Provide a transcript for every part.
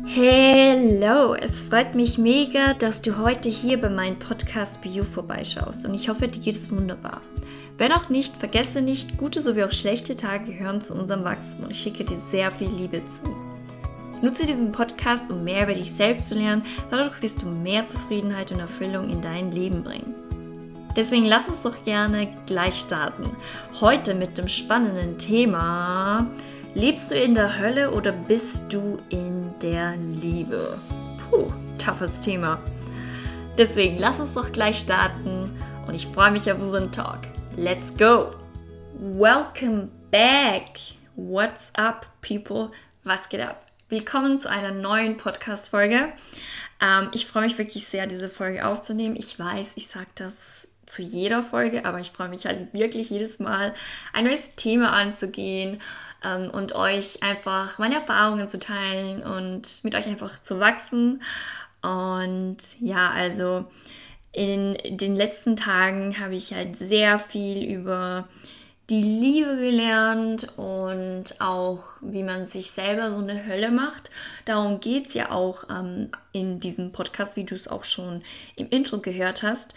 Hello, es freut mich mega, dass du heute hier bei meinem Podcast Be You vorbeischaust und ich hoffe, dir geht es wunderbar. Wenn auch nicht, vergesse nicht, gute sowie auch schlechte Tage gehören zu unserem Wachstum und ich schicke dir sehr viel Liebe zu. Nutze diesen Podcast, um mehr über dich selbst zu lernen, dadurch wirst du mehr Zufriedenheit und Erfüllung in dein Leben bringen. Deswegen lass uns doch gerne gleich starten. Heute mit dem spannenden Thema: Lebst du in der Hölle oder bist du in der Liebe? Toughes Thema. Deswegen lass uns doch gleich starten und ich freue mich auf unseren Talk. Let's go! Welcome back! What's up, people? Was geht ab? Willkommen zu einer neuen Podcast-Folge. Ich freue mich wirklich sehr, diese Folge aufzunehmen. Ich weiß, ich sage das zu jeder Folge, aber ich freue mich halt wirklich jedes Mal, ein neues Thema anzugehen und euch einfach meine Erfahrungen zu teilen und mit euch einfach zu wachsen. Und ja, also in den letzten Tagen habe ich halt sehr viel über die Liebe gelernt und auch, wie man sich selber so eine Hölle macht. Darum geht es ja auch in diesem Podcast, wie du es auch schon im Intro gehört hast.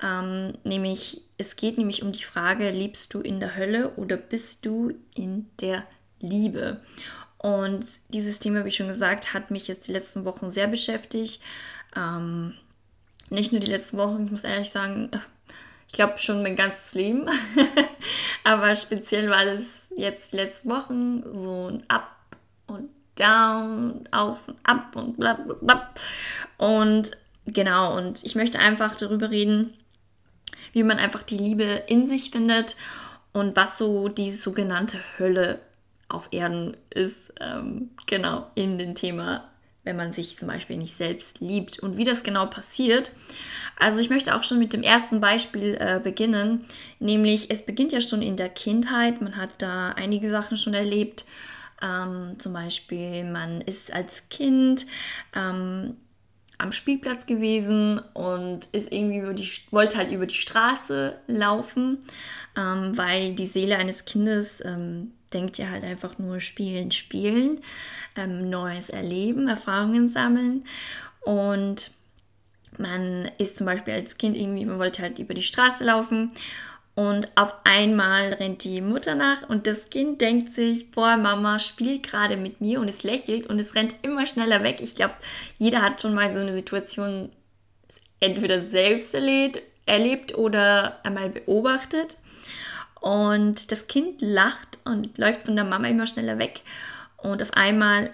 Es geht nämlich um die Frage, lebst du in der Hölle oder bist du in der Liebe? Und dieses Thema, wie schon gesagt, hat mich jetzt die letzten Wochen sehr beschäftigt. Nicht nur die letzten Wochen, ich muss ehrlich sagen, ich glaube schon mein ganzes Leben, aber speziell war es jetzt die letzten Wochen so ein Up und Down, auf und ab und bla bla bla. Und genau, und ich möchte einfach darüber reden, wie man einfach die Liebe in sich findet und was so die sogenannte Hölle auf Erden ist, genau, in dem Thema, wenn man sich zum Beispiel nicht selbst liebt und wie das genau passiert. Also ich möchte auch schon mit dem ersten Beispiel beginnen, nämlich es beginnt ja schon in der Kindheit, man hat da einige Sachen schon erlebt, zum Beispiel man ist als Kind am Spielplatz gewesen und ist irgendwie wollte halt über die Straße laufen, weil die Seele eines Kindes denkt ja halt einfach nur spielen, spielen, Neues erleben, Erfahrungen sammeln. Und man ist zum Beispiel als Kind irgendwie, man wollte halt über die Straße laufen und auf einmal rennt die Mutter nach und das Kind denkt sich, boah, Mama spielt gerade mit mir, und es lächelt und es rennt immer schneller weg. Ich glaube, jeder hat schon mal so eine Situation entweder selbst erlebt oder einmal beobachtet. Und das Kind lacht und läuft von der Mama immer schneller weg. Und auf einmal,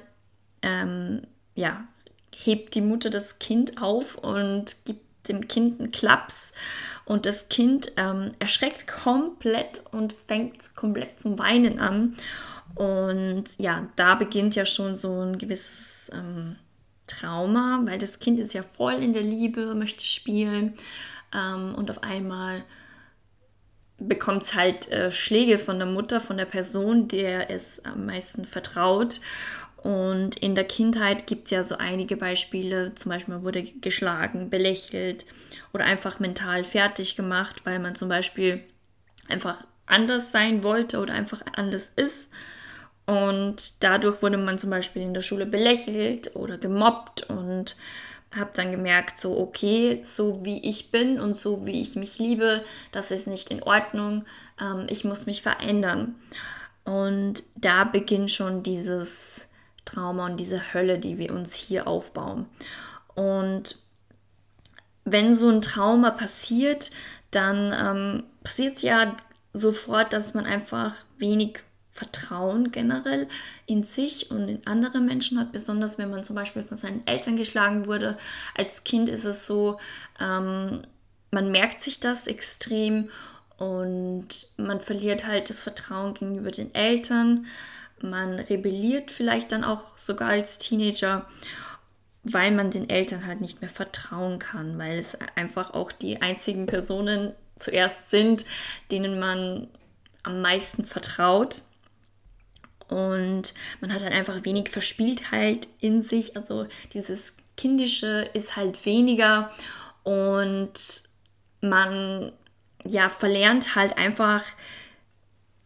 hebt die Mutter das Kind auf und gibt dem Kind einen Klaps. Und das Kind erschreckt komplett und fängt komplett zum Weinen an. Und ja, da beginnt ja schon so ein gewisses Trauma, weil das Kind ist ja voll in der Liebe, möchte spielen. Und auf einmal bekommt es halt Schläge von der Mutter, von der Person, der es am meisten vertraut. Und in der Kindheit gibt es ja so einige Beispiele, zum Beispiel man wurde geschlagen, belächelt oder einfach mental fertig gemacht, weil man zum Beispiel einfach anders sein wollte oder einfach anders ist. Und dadurch wurde man zum Beispiel in der Schule belächelt oder gemobbt und habe dann gemerkt, so okay, so wie ich bin und so wie ich mich liebe, das ist nicht in Ordnung, ich muss mich verändern. Und da beginnt schon dieses Trauma und diese Hölle, die wir uns hier aufbauen. Und wenn so ein Trauma passiert, dann passiert es ja sofort, dass man einfach wenig Vertrauen generell in sich und in andere Menschen hat, besonders wenn man zum Beispiel von seinen Eltern geschlagen wurde. Als Kind ist es so, man merkt sich das extrem und man verliert halt das Vertrauen gegenüber den Eltern. Man rebelliert vielleicht dann auch sogar als Teenager, weil man den Eltern halt nicht mehr vertrauen kann, weil es einfach auch die einzigen Personen zuerst sind, denen man am meisten vertraut. Und man hat halt einfach wenig Verspieltheit in sich, also dieses Kindische ist halt weniger und man verlernt halt einfach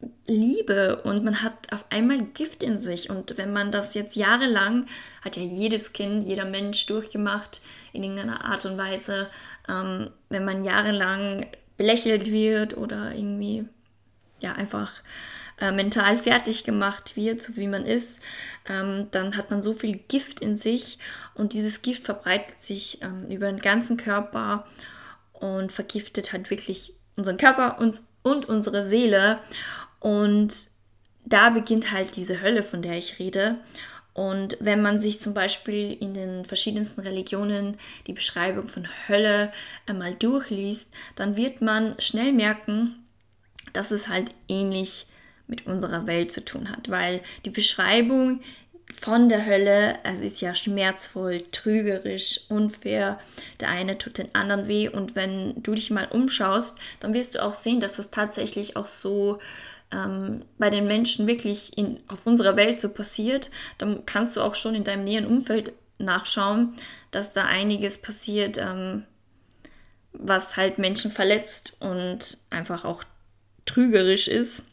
Liebe und man hat auf einmal Gift in sich. Und wenn man das jetzt jahrelang, hat ja jedes Kind, jeder Mensch durchgemacht in irgendeiner Art und Weise, wenn man jahrelang belächelt wird oder irgendwie ja einfach mental fertig gemacht wird, so wie man ist, dann hat man so viel Gift in sich und dieses Gift verbreitet sich über den ganzen Körper und vergiftet halt wirklich unseren Körper und unsere Seele. Und da beginnt halt diese Hölle, von der ich rede. Und wenn man sich zum Beispiel in den verschiedensten Religionen die Beschreibung von Hölle einmal durchliest, dann wird man schnell merken, dass es halt ähnlich mit unserer Welt zu tun hat, weil die Beschreibung von der Hölle, es ist ja schmerzvoll, trügerisch, unfair, der eine tut den anderen weh und wenn du dich mal umschaust, dann wirst du auch sehen, dass das tatsächlich auch so bei den Menschen wirklich auf unserer Welt so passiert. Dann kannst du auch schon in deinem näheren Umfeld nachschauen, dass da einiges passiert, was halt Menschen verletzt und einfach auch trügerisch ist.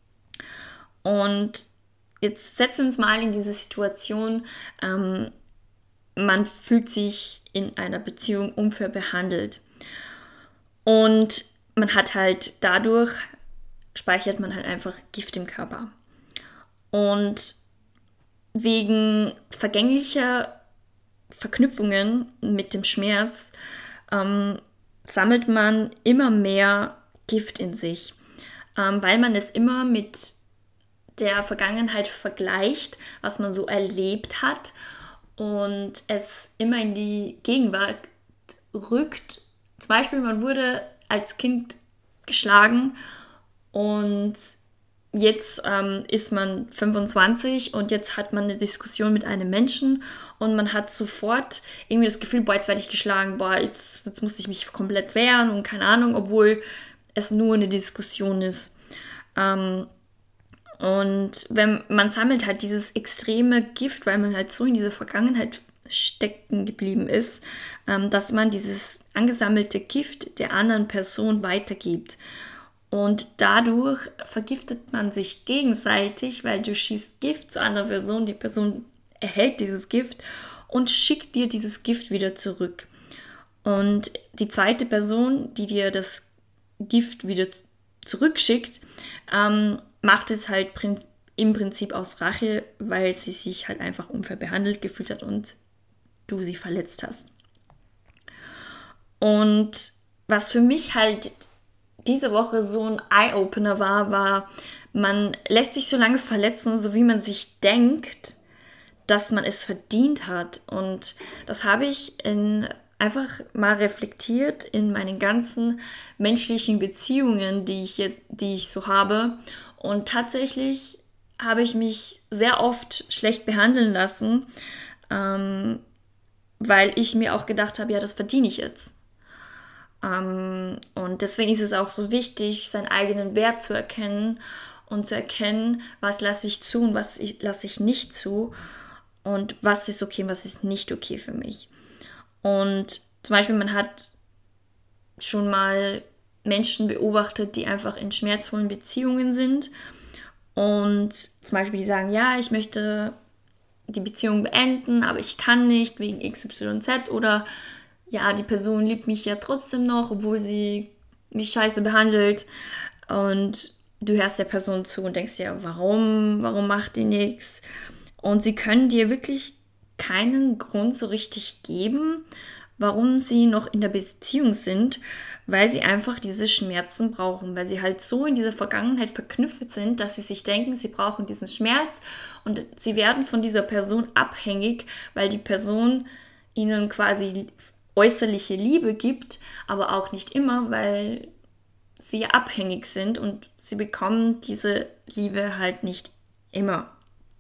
Und jetzt setzen wir uns mal in diese Situation, man fühlt sich in einer Beziehung unfair behandelt. Und man hat halt dadurch, speichert man halt einfach Gift im Körper. Und wegen vergänglicher Verknüpfungen mit dem Schmerz sammelt man immer mehr Gift in sich, weil man es immer mit der Vergangenheit vergleicht, was man so erlebt hat und es immer in die Gegenwart rückt. Zum Beispiel, man wurde als Kind geschlagen und jetzt ist man 25 und jetzt hat man eine Diskussion mit einem Menschen und man hat sofort irgendwie das Gefühl, boah, jetzt werde ich geschlagen, boah, jetzt muss ich mich komplett wehren und keine Ahnung, obwohl es nur eine Diskussion ist. Und wenn man sammelt halt dieses extreme Gift, weil man halt so in dieser Vergangenheit stecken geblieben ist, dass man dieses angesammelte Gift der anderen Person weitergibt. Und dadurch vergiftet man sich gegenseitig, weil du schießt Gift zur anderen Person, die Person erhält dieses Gift und schickt dir dieses Gift wieder zurück. Und die zweite Person, die dir das Gift wieder zurückschickt, macht es halt im Prinzip aus Rache, weil sie sich halt einfach unfair behandelt gefühlt hat und du sie verletzt hast. Und was für mich halt diese Woche so ein Eye-Opener war, man lässt sich so lange verletzen, so wie man sich denkt, dass man es verdient hat. Und das habe ich einfach mal reflektiert in meinen ganzen menschlichen Beziehungen, die ich so habe. Und tatsächlich habe ich mich sehr oft schlecht behandeln lassen, weil ich mir auch gedacht habe, ja, das verdiene ich jetzt. Und deswegen ist es auch so wichtig, seinen eigenen Wert zu erkennen und zu erkennen, was lasse ich zu und was lasse ich nicht zu und was ist okay und was ist nicht okay für mich. Und zum Beispiel, man hat schon mal Menschen beobachtet, die einfach in schmerzvollen Beziehungen sind und zum Beispiel die sagen, ja, ich möchte die Beziehung beenden, aber ich kann nicht wegen XYZ oder ja, die Person liebt mich ja trotzdem noch, obwohl sie mich scheiße behandelt und du hörst der Person zu und denkst ja, warum macht die nichts? Und sie können dir wirklich keinen Grund so richtig geben, warum sie noch in der Beziehung sind, weil sie einfach diese Schmerzen brauchen, weil sie halt so in dieser Vergangenheit verknüpft sind, dass sie sich denken, sie brauchen diesen Schmerz und sie werden von dieser Person abhängig, weil die Person ihnen quasi äußerliche Liebe gibt, aber auch nicht immer, weil sie abhängig sind und sie bekommen diese Liebe halt nicht immer.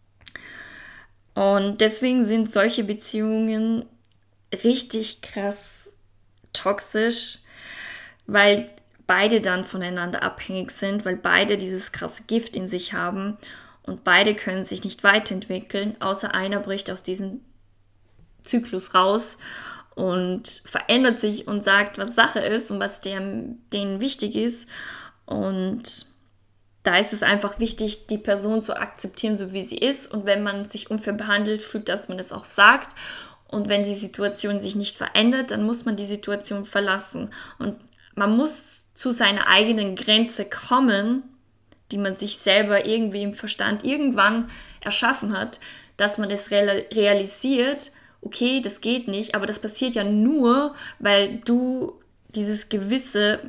Und deswegen sind solche Beziehungen richtig krass toxisch, weil beide dann voneinander abhängig sind, weil beide dieses krasse Gift in sich haben und beide können sich nicht weiterentwickeln, außer einer bricht aus diesem Zyklus raus und verändert sich und sagt, was Sache ist und was denen wichtig ist. Und da ist es einfach wichtig, die Person zu akzeptieren, so wie sie ist. Und wenn man sich unfair behandelt fühlt, dass man das auch sagt. Und wenn die Situation sich nicht verändert, dann muss man die Situation verlassen. Und man muss zu seiner eigenen Grenze kommen, die man sich selber irgendwie im Verstand irgendwann erschaffen hat, dass man es realisiert, okay, das geht nicht, aber das passiert ja nur, weil du diese gewisse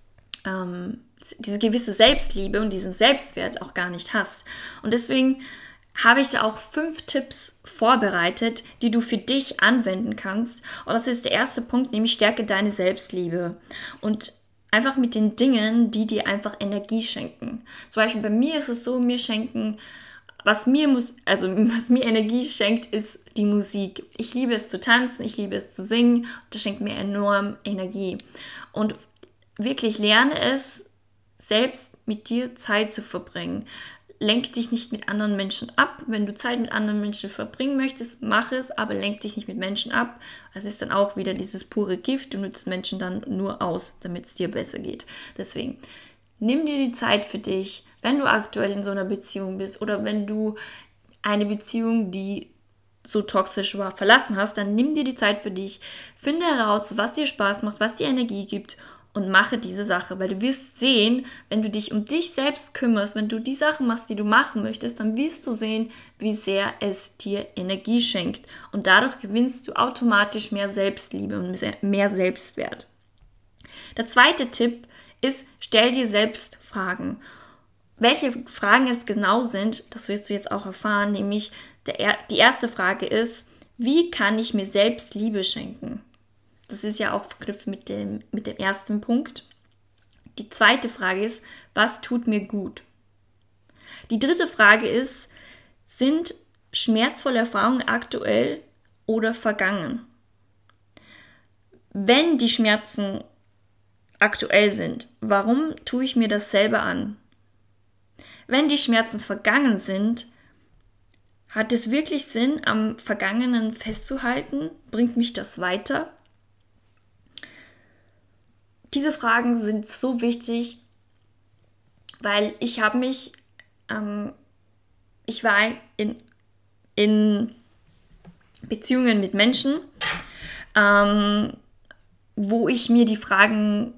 Selbstliebe und diesen Selbstwert auch gar nicht hast. Und deswegen habe ich auch 5 Tipps vorbereitet, die du für dich anwenden kannst. Und das ist der erste Punkt, nämlich stärke deine Selbstliebe. Und einfach mit den Dingen, die dir einfach Energie schenken. Zum Beispiel bei mir ist es so, was mir Energie schenkt, ist die Musik. Ich liebe es zu tanzen, ich liebe es zu singen. Das schenkt mir enorm Energie. Und wirklich lerne es, selbst mit dir Zeit zu verbringen. Lenk dich nicht mit anderen Menschen ab. Wenn du Zeit mit anderen Menschen verbringen möchtest, mach es, aber lenk dich nicht mit Menschen ab. Das ist dann auch wieder dieses pure Gift. Du nutzt Menschen dann nur aus, damit es dir besser geht. Deswegen, nimm dir die Zeit für dich, wenn du aktuell in so einer Beziehung bist oder wenn du eine Beziehung, die so toxisch war, verlassen hast, dann nimm dir die Zeit für dich, finde heraus, was dir Spaß macht, was dir Energie gibt und mache diese Sache, weil du wirst sehen, wenn du dich um dich selbst kümmerst, wenn du die Sachen machst, die du machen möchtest, dann wirst du sehen, wie sehr es dir Energie schenkt. Und dadurch gewinnst du automatisch mehr Selbstliebe und mehr Selbstwert. Der zweite Tipp ist, stell dir selbst Fragen. Welche Fragen es genau sind, das wirst du jetzt auch erfahren, nämlich die erste Frage ist, wie kann ich mir selbst Liebe schenken? Das ist ja auch verknüpft mit dem ersten Punkt. Die zweite Frage ist, was tut mir gut? Die dritte Frage ist, sind schmerzvolle Erfahrungen aktuell oder vergangen? Wenn die Schmerzen aktuell sind, warum tue ich mir das selber an? Wenn die Schmerzen vergangen sind, hat es wirklich Sinn, am Vergangenen festzuhalten? Bringt mich das weiter? Diese Fragen sind so wichtig, weil ich war in Beziehungen mit Menschen, wo ich mir die Fragen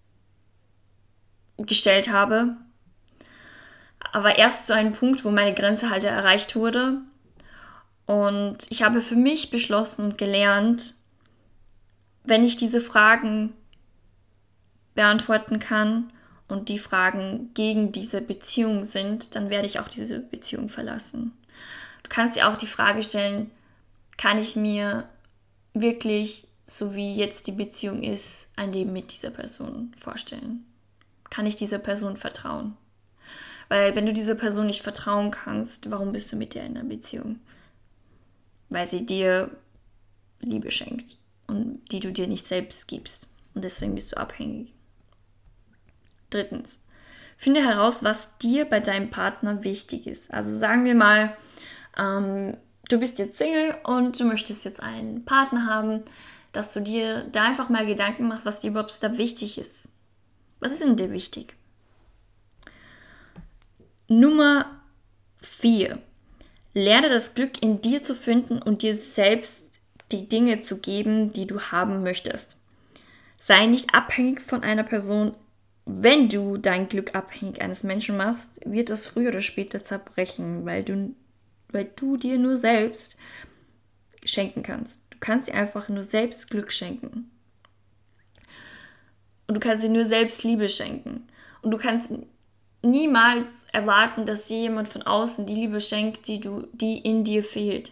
gestellt habe, aber erst zu einem Punkt, wo meine Grenze halt erreicht wurde. Und ich habe für mich beschlossen und gelernt, wenn ich diese Fragen beantworten kann und die Fragen gegen diese Beziehung sind, dann werde ich auch diese Beziehung verlassen. Du kannst dir auch die Frage stellen, kann ich mir wirklich, so wie jetzt die Beziehung ist, ein Leben mit dieser Person vorstellen? Kann ich dieser Person vertrauen? Weil wenn du dieser Person nicht vertrauen kannst, warum bist du mit der in einer Beziehung? Weil sie dir Liebe schenkt und die du dir nicht selbst gibst. Und deswegen bist du abhängig. Drittens, finde heraus, was dir bei deinem Partner wichtig ist. Also sagen wir mal, du bist jetzt Single und du möchtest jetzt einen Partner haben, dass du dir da einfach mal Gedanken machst, was dir überhaupt da wichtig ist. Was ist denn dir wichtig? Nummer 4. Lerne das Glück in dir zu finden und dir selbst die Dinge zu geben, die du haben möchtest. Sei nicht abhängig von einer Person. Wenn du dein Glück abhängig eines Menschen machst, wird das früher oder später zerbrechen, weil du dir nur selbst schenken kannst. Du kannst dir einfach nur selbst Glück schenken. Und du kannst dir nur selbst Liebe schenken. Und du kannst niemals erwarten, dass dir jemand von außen die Liebe schenkt, die in dir fehlt.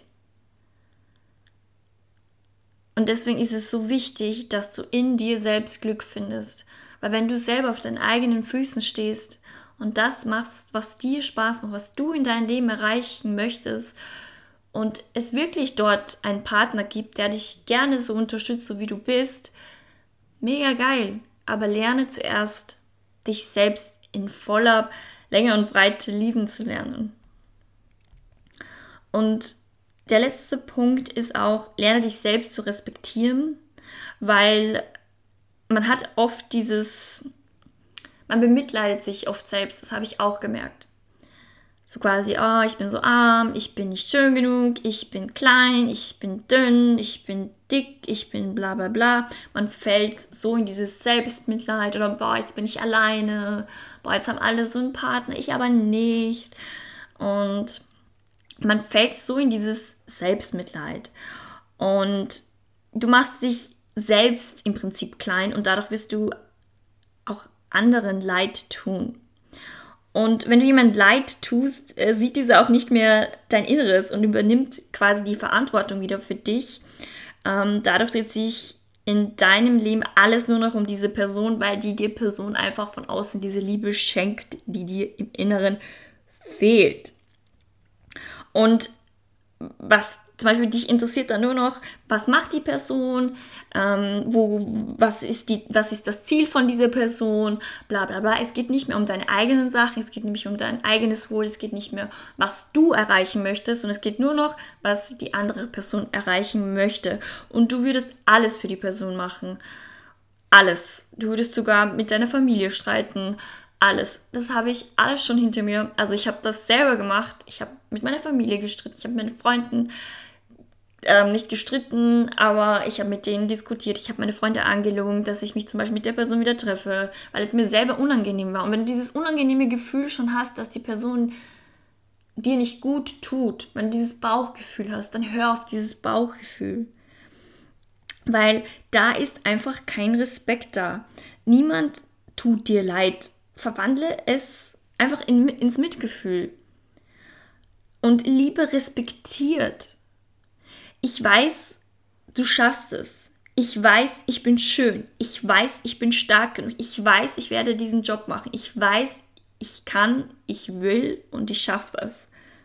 Und deswegen ist es so wichtig, dass du in dir selbst Glück findest. Weil wenn du selber auf deinen eigenen Füßen stehst und das machst, was dir Spaß macht, was du in deinem Leben erreichen möchtest und es wirklich dort einen Partner gibt, der dich gerne so unterstützt, so wie du bist, mega geil. Aber lerne zuerst, dich selbst in voller Länge und Breite lieben zu lernen. Und der letzte Punkt ist auch, lerne dich selbst zu respektieren, weil man hat Man bemitleidet sich oft selbst, das habe ich auch gemerkt. So quasi, oh, ich bin so arm, ich bin nicht schön genug, ich bin klein, ich bin dünn, ich bin dick, ich bin bla bla bla. Man fällt so in dieses Selbstmitleid oder boah, jetzt bin ich alleine, boah, jetzt haben alle so einen Partner, ich aber nicht. Und man fällt so in dieses Selbstmitleid. Und du machst dich selbst im Prinzip klein und dadurch wirst du auch anderen Leid tun. Und wenn du jemand Leid tust, sieht dieser auch nicht mehr dein Inneres und übernimmt quasi die Verantwortung wieder für dich. Dadurch dreht sich in deinem Leben alles nur noch um diese Person, weil die dir Person einfach von außen diese Liebe schenkt, die dir im Inneren fehlt. Und was zum Beispiel dich interessiert dann nur noch, was macht die Person, was ist das Ziel von dieser Person, bla bla bla. Es geht nicht mehr um deine eigenen Sachen, es geht nämlich um dein eigenes Wohl, es geht nicht mehr, was du erreichen möchtest, sondern es geht nur noch, was die andere Person erreichen möchte. Und du würdest alles für die Person machen. Alles. Du würdest sogar mit deiner Familie streiten. Alles. Das habe ich alles schon hinter mir. Also ich habe das selber gemacht. Ich habe mit meiner Familie gestritten. Ich habe mit meinen Freunden nicht gestritten, aber ich habe mit denen diskutiert. Ich habe meine Freunde angelogen, dass ich mich zum Beispiel mit der Person wieder treffe, weil es mir selber unangenehm war. Und wenn du dieses unangenehme Gefühl schon hast, dass die Person dir nicht gut tut, wenn du dieses Bauchgefühl hast, dann hör auf dieses Bauchgefühl. Weil da ist einfach kein Respekt da. Niemand tut dir leid. Verwandle es einfach ins Mitgefühl. Und Liebe respektiert. Ich weiß, du schaffst es. Ich weiß, ich bin schön. Ich weiß, ich bin stark genug. Ich weiß, ich werde diesen Job machen. Ich weiß, ich kann, ich will und ich schaffe das.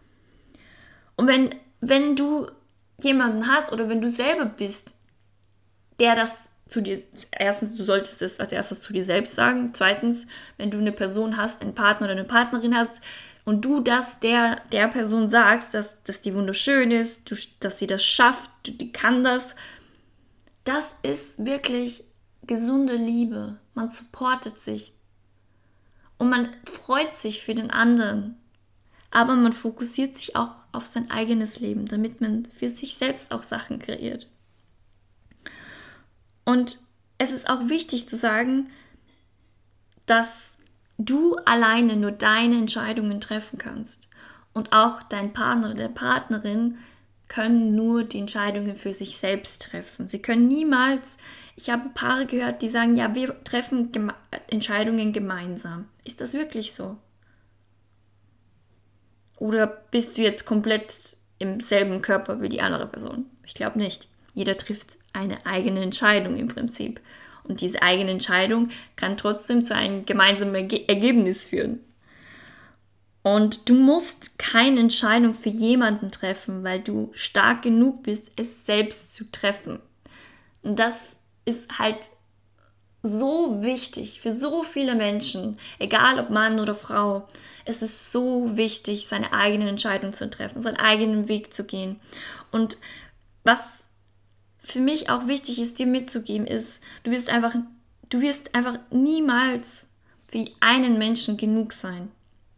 Und wenn du jemanden hast oder wenn du selber bist, der das zu dir, erstens, du solltest es als erstes zu dir selbst sagen. Zweitens, wenn du eine Person hast, einen Partner oder eine Partnerin hast, und du das der Person sagst, dass die wunderschön ist, dass sie das schafft, die kann das, das ist wirklich gesunde Liebe. Man supportet sich. Und man freut sich für den anderen. Aber man fokussiert sich auch auf sein eigenes Leben, damit man für sich selbst auch Sachen kreiert. Und es ist auch wichtig zu sagen, dass du alleine nur deine Entscheidungen treffen kannst. Und auch dein Partner oder deine Partnerin können nur die Entscheidungen für sich selbst treffen. Sie können niemals, ich habe Paare gehört, die sagen, ja, wir treffen Entscheidungen gemeinsam. Ist das wirklich so? Oder bist du jetzt komplett im selben Körper wie die andere Person? Ich glaube nicht. Jeder trifft eine eigene Entscheidung im Prinzip. Und diese eigene Entscheidung kann trotzdem zu einem gemeinsamen Ergebnis führen. Und du musst keine Entscheidung für jemanden treffen, weil du stark genug bist, es selbst zu treffen. Und das ist halt so wichtig für so viele Menschen, egal ob Mann oder Frau. Es ist so wichtig, seine eigene Entscheidung zu treffen, seinen eigenen Weg zu gehen. Und was für mich auch wichtig ist, dir mitzugeben, ist, du wirst einfach niemals für einen Menschen genug sein.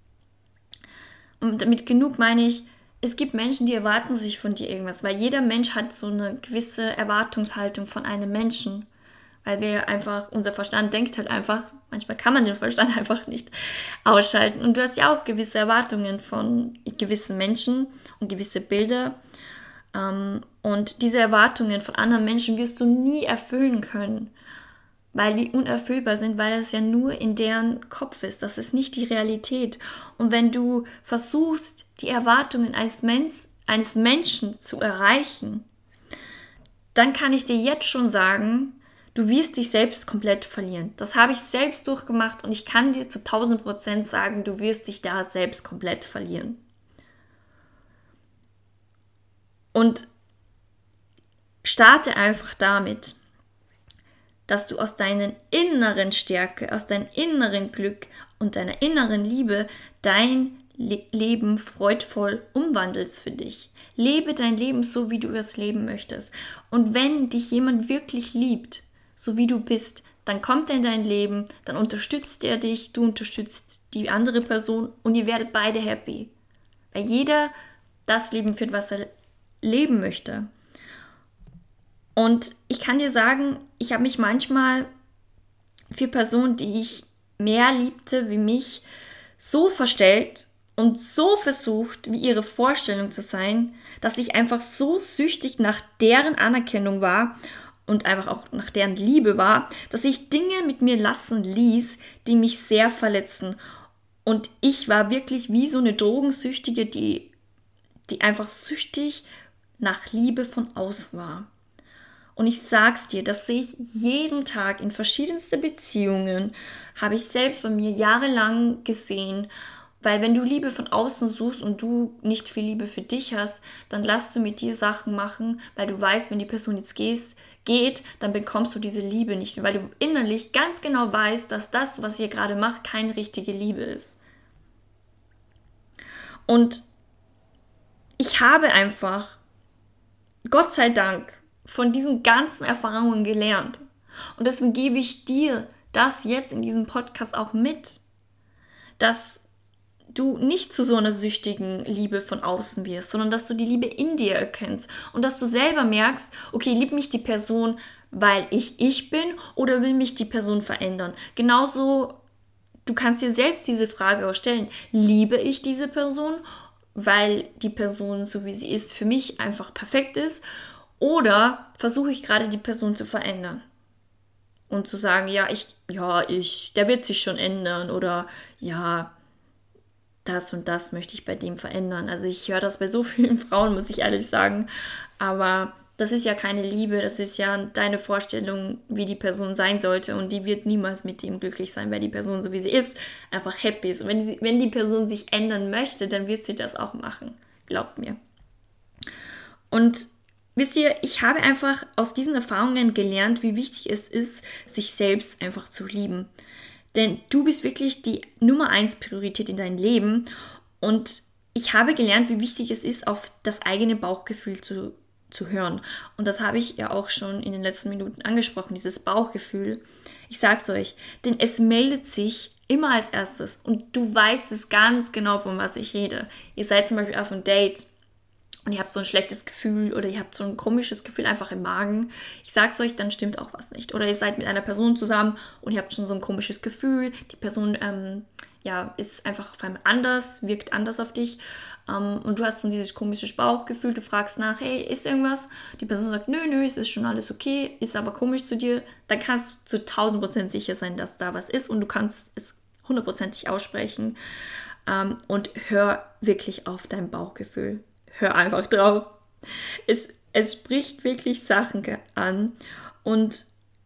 Und mit genug meine ich, es gibt Menschen, die erwarten sich von dir irgendwas, weil jeder Mensch hat so eine gewisse Erwartungshaltung von einem Menschen, weil wir einfach, unser Verstand denkt halt einfach, manchmal kann man den Verstand einfach nicht ausschalten. Und du hast ja auch gewisse Erwartungen von gewissen Menschen und gewisse Bilder. Und diese Erwartungen von anderen Menschen wirst du nie erfüllen können, weil die unerfüllbar sind, weil es ja nur in deren Kopf ist. Das ist nicht die Realität. Und wenn du versuchst, die Erwartungen eines Menschen zu erreichen, dann kann ich dir jetzt schon sagen, du wirst dich selbst komplett verlieren. Das habe ich selbst durchgemacht und ich kann dir zu 1000% sagen, du wirst dich da selbst komplett verlieren. Und starte einfach damit, dass du aus deiner inneren Stärke, aus deinem inneren Glück und deiner inneren Liebe dein Leben freudvoll umwandelst für dich. Lebe dein Leben so, wie du es leben möchtest. Und wenn dich jemand wirklich liebt, so wie du bist, dann kommt er in dein Leben, dann unterstützt er dich, du unterstützt die andere Person und ihr werdet beide happy. Weil jeder das Leben führt, was er leben möchte. Und ich kann dir sagen, ich habe mich manchmal für Personen, die ich mehr liebte wie mich, so verstellt und so versucht, wie ihre Vorstellung zu sein, dass ich einfach so süchtig nach deren Anerkennung war und einfach auch nach deren Liebe war, dass ich Dinge mit mir lassen ließ, die mich sehr verletzen. Und ich war wirklich wie so eine Drogensüchtige, die einfach süchtig nach Liebe von außen war. Und ich sag's dir, das sehe ich jeden Tag in verschiedensten Beziehungen, habe ich selbst bei mir jahrelang gesehen, weil wenn du Liebe von außen suchst und du nicht viel Liebe für dich hast, dann lass du mit dir Sachen machen, weil du weißt, wenn die Person jetzt geht, dann bekommst du diese Liebe nicht mehr, weil du innerlich ganz genau weißt, dass das, was ihr gerade macht, keine richtige Liebe ist. Und ich habe einfach, Gott sei Dank, von diesen ganzen Erfahrungen gelernt. Und deswegen gebe ich dir das jetzt in diesem Podcast auch mit, dass du nicht zu so einer süchtigen Liebe von außen wirst, sondern dass du die Liebe in dir erkennst und dass du selber merkst, okay, liebt mich die Person, weil ich bin oder will mich die Person verändern? Genauso, du kannst dir selbst diese Frage auch stellen, liebe ich diese Person, weil die Person, so wie sie ist, für mich einfach perfekt ist? Oder versuche ich gerade die Person zu verändern und zu sagen, der wird sich schon ändern oder ja, das und das möchte ich bei dem verändern. Also ich höre das bei so vielen Frauen, muss ich ehrlich sagen, aber das ist ja keine Liebe, das ist ja deine Vorstellung, wie die Person sein sollte und die wird niemals mit ihm glücklich sein, weil die Person, so wie sie ist, einfach happy ist. Und wenn die Person sich ändern möchte, dann wird sie das auch machen, glaubt mir. Und wisst ihr, ich habe einfach aus diesen Erfahrungen gelernt, wie wichtig es ist, sich selbst einfach zu lieben. Denn du bist wirklich die Nummer 1 Priorität in deinem Leben. Und ich habe gelernt, wie wichtig es ist, auf das eigene Bauchgefühl zu hören. Und das habe ich ja auch schon in den letzten Minuten angesprochen, dieses Bauchgefühl. Ich sag's euch, denn es meldet sich immer als erstes. Und du weißt es ganz genau, von was ich rede. Ihr seid zum Beispiel auf einem Date und ihr habt so ein schlechtes Gefühl oder ihr habt so ein komisches Gefühl einfach im Magen, ich sag's euch, dann stimmt auch was nicht. Oder ihr seid mit einer Person zusammen und ihr habt schon so ein komisches Gefühl, die Person ist einfach auf einmal anders, wirkt anders auf dich und du hast so dieses komische Bauchgefühl, du fragst nach, hey, ist irgendwas? Die Person sagt, nö, es ist schon alles okay, ist aber komisch zu dir, dann kannst du zu 1000% sicher sein, dass da was ist und du kannst es 100%ig aussprechen und hör wirklich auf dein Bauchgefühl. Hör einfach drauf. Es spricht wirklich Sachen an und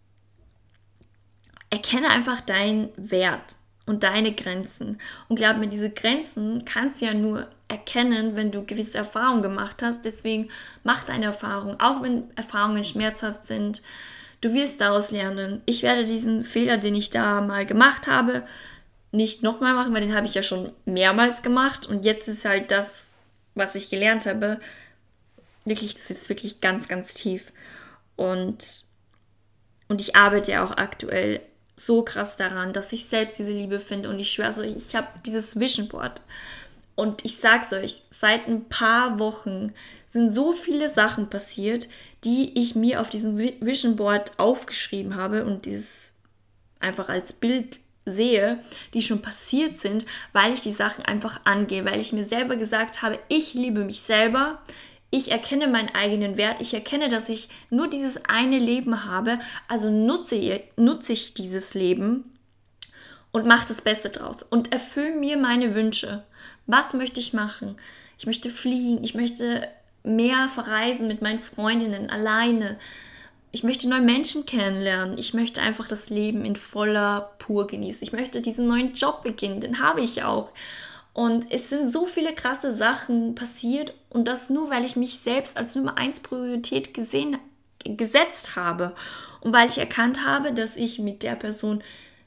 erkenne einfach deinen Wert und deine Grenzen. Und glaub mir, diese Grenzen kannst du ja nur erkennen, wenn du gewisse Erfahrungen gemacht hast. Deswegen mach deine Erfahrungen, auch wenn Erfahrungen schmerzhaft sind. Du wirst daraus lernen. Ich werde diesen Fehler, den ich da mal gemacht habe, nicht nochmal machen, weil den habe ich ja schon mehrmals gemacht. Und jetzt ist halt das, was ich gelernt habe, wirklich, das ist wirklich ganz, ganz tief. Und ich arbeite ja auch aktuell so krass daran, dass ich selbst diese Liebe finde. Und ich schwöre euch, ich habe dieses Vision Board. Und ich sag's euch, seit ein paar Wochen sind so viele Sachen passiert, die ich mir auf diesem Vision Board aufgeschrieben habe und dieses einfach als Bild sehe, die schon passiert sind, weil ich die Sachen einfach angehe, weil ich mir selber gesagt habe, ich liebe mich selber, ich erkenne meinen eigenen Wert, ich erkenne, dass ich nur dieses eine Leben habe, also nutze ich dieses Leben und mache das Beste draus und erfülle mir meine Wünsche. Was möchte ich machen? Ich möchte fliegen, ich möchte mehr verreisen mit meinen Freundinnen, alleine. Ich möchte neue Menschen kennenlernen. Ich möchte einfach das Leben in voller Pur genießen. Ich möchte diesen neuen Job beginnen, den habe ich auch. Und es sind so viele krasse Sachen passiert und das nur, weil ich mich selbst als Nummer 1 Priorität gesetzt habe. Und weil ich erkannt habe, dass ich mit der Person,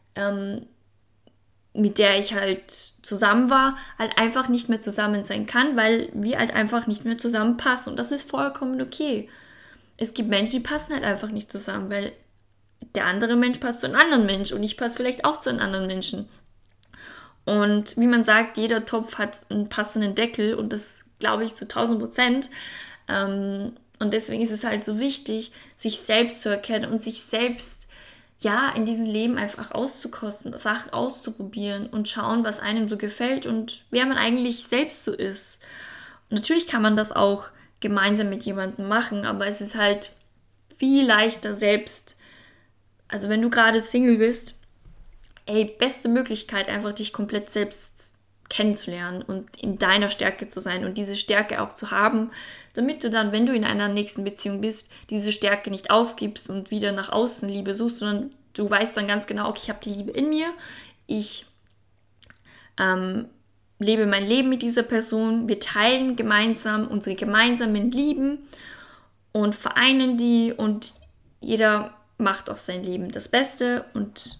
mit der ich halt zusammen war, halt einfach nicht mehr zusammen sein kann, weil wir halt einfach nicht mehr zusammenpassen. Und das ist vollkommen okay. Es gibt Menschen, die passen halt einfach nicht zusammen, weil der andere Mensch passt zu einem anderen Mensch und ich passe vielleicht auch zu einem anderen Menschen. Und wie man sagt, jeder Topf hat einen passenden Deckel und das glaube ich zu 1000%. Und deswegen ist es halt so wichtig, sich selbst zu erkennen und sich selbst in diesem Leben einfach auszukosten, Sachen auszuprobieren und schauen, was einem so gefällt und wer man eigentlich selbst so ist. Und natürlich kann man das auch gemeinsam mit jemandem machen, aber es ist halt viel leichter selbst. Also wenn du gerade Single bist, beste Möglichkeit, einfach dich komplett selbst kennenzulernen und in deiner Stärke zu sein und diese Stärke auch zu haben, damit du dann, wenn du in einer nächsten Beziehung bist, diese Stärke nicht aufgibst und wieder nach außen Liebe suchst, sondern du weißt dann ganz genau, okay, ich habe die Liebe in mir, ich lebe mein Leben mit dieser Person, wir teilen gemeinsam unsere gemeinsamen Lieben und vereinen die und jeder macht aus seinem Leben das Beste und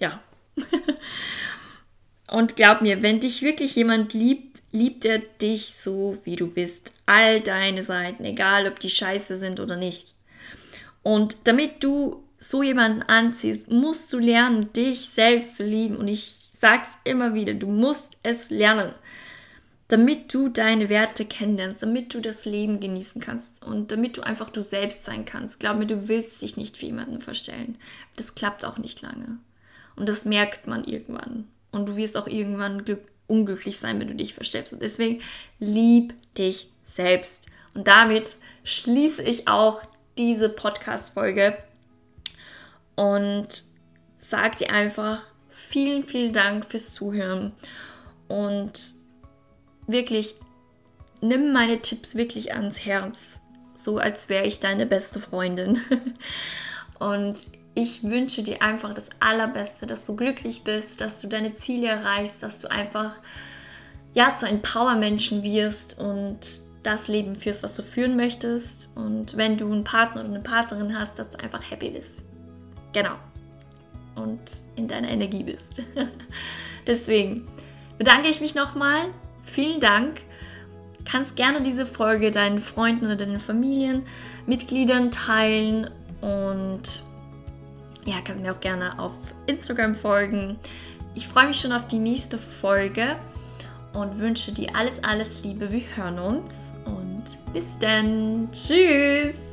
Und glaub mir, wenn dich wirklich jemand liebt, liebt er dich so, wie du bist. All deine Seiten, egal ob die scheiße sind oder nicht. Und damit du so jemanden anziehst, musst du lernen, dich selbst zu lieben. Und ich sag's immer wieder, du musst es lernen. Damit du deine Werte kennenlernst, damit du das Leben genießen kannst und damit du einfach du selbst sein kannst. Glaub mir, du willst dich nicht für jemanden verstellen. Das klappt auch nicht lange. Und das merkt man irgendwann. Und du wirst auch irgendwann unglücklich sein, wenn du dich verstellst. Und deswegen lieb dich selbst. Und damit schließe ich auch diese Podcast-Folge und sage dir einfach vielen, vielen Dank fürs Zuhören. Und wirklich, nimm meine Tipps wirklich ans Herz. So als wäre ich deine beste Freundin. Und ich wünsche dir einfach das Allerbeste, dass du glücklich bist, dass du deine Ziele erreichst, dass du einfach zu einem Power-Menschen wirst und das Leben führst, was du führen möchtest. Und wenn du einen Partner oder eine Partnerin hast, dass du einfach happy bist. Genau. Und in deiner Energie bist. Deswegen bedanke ich mich nochmal. Vielen Dank. Kannst gerne diese Folge deinen Freunden oder deinen Familienmitgliedern teilen und kannst mir auch gerne auf Instagram folgen. Ich freue mich schon auf die nächste Folge und wünsche dir alles, alles Liebe. Wir hören uns und bis dann. Tschüss!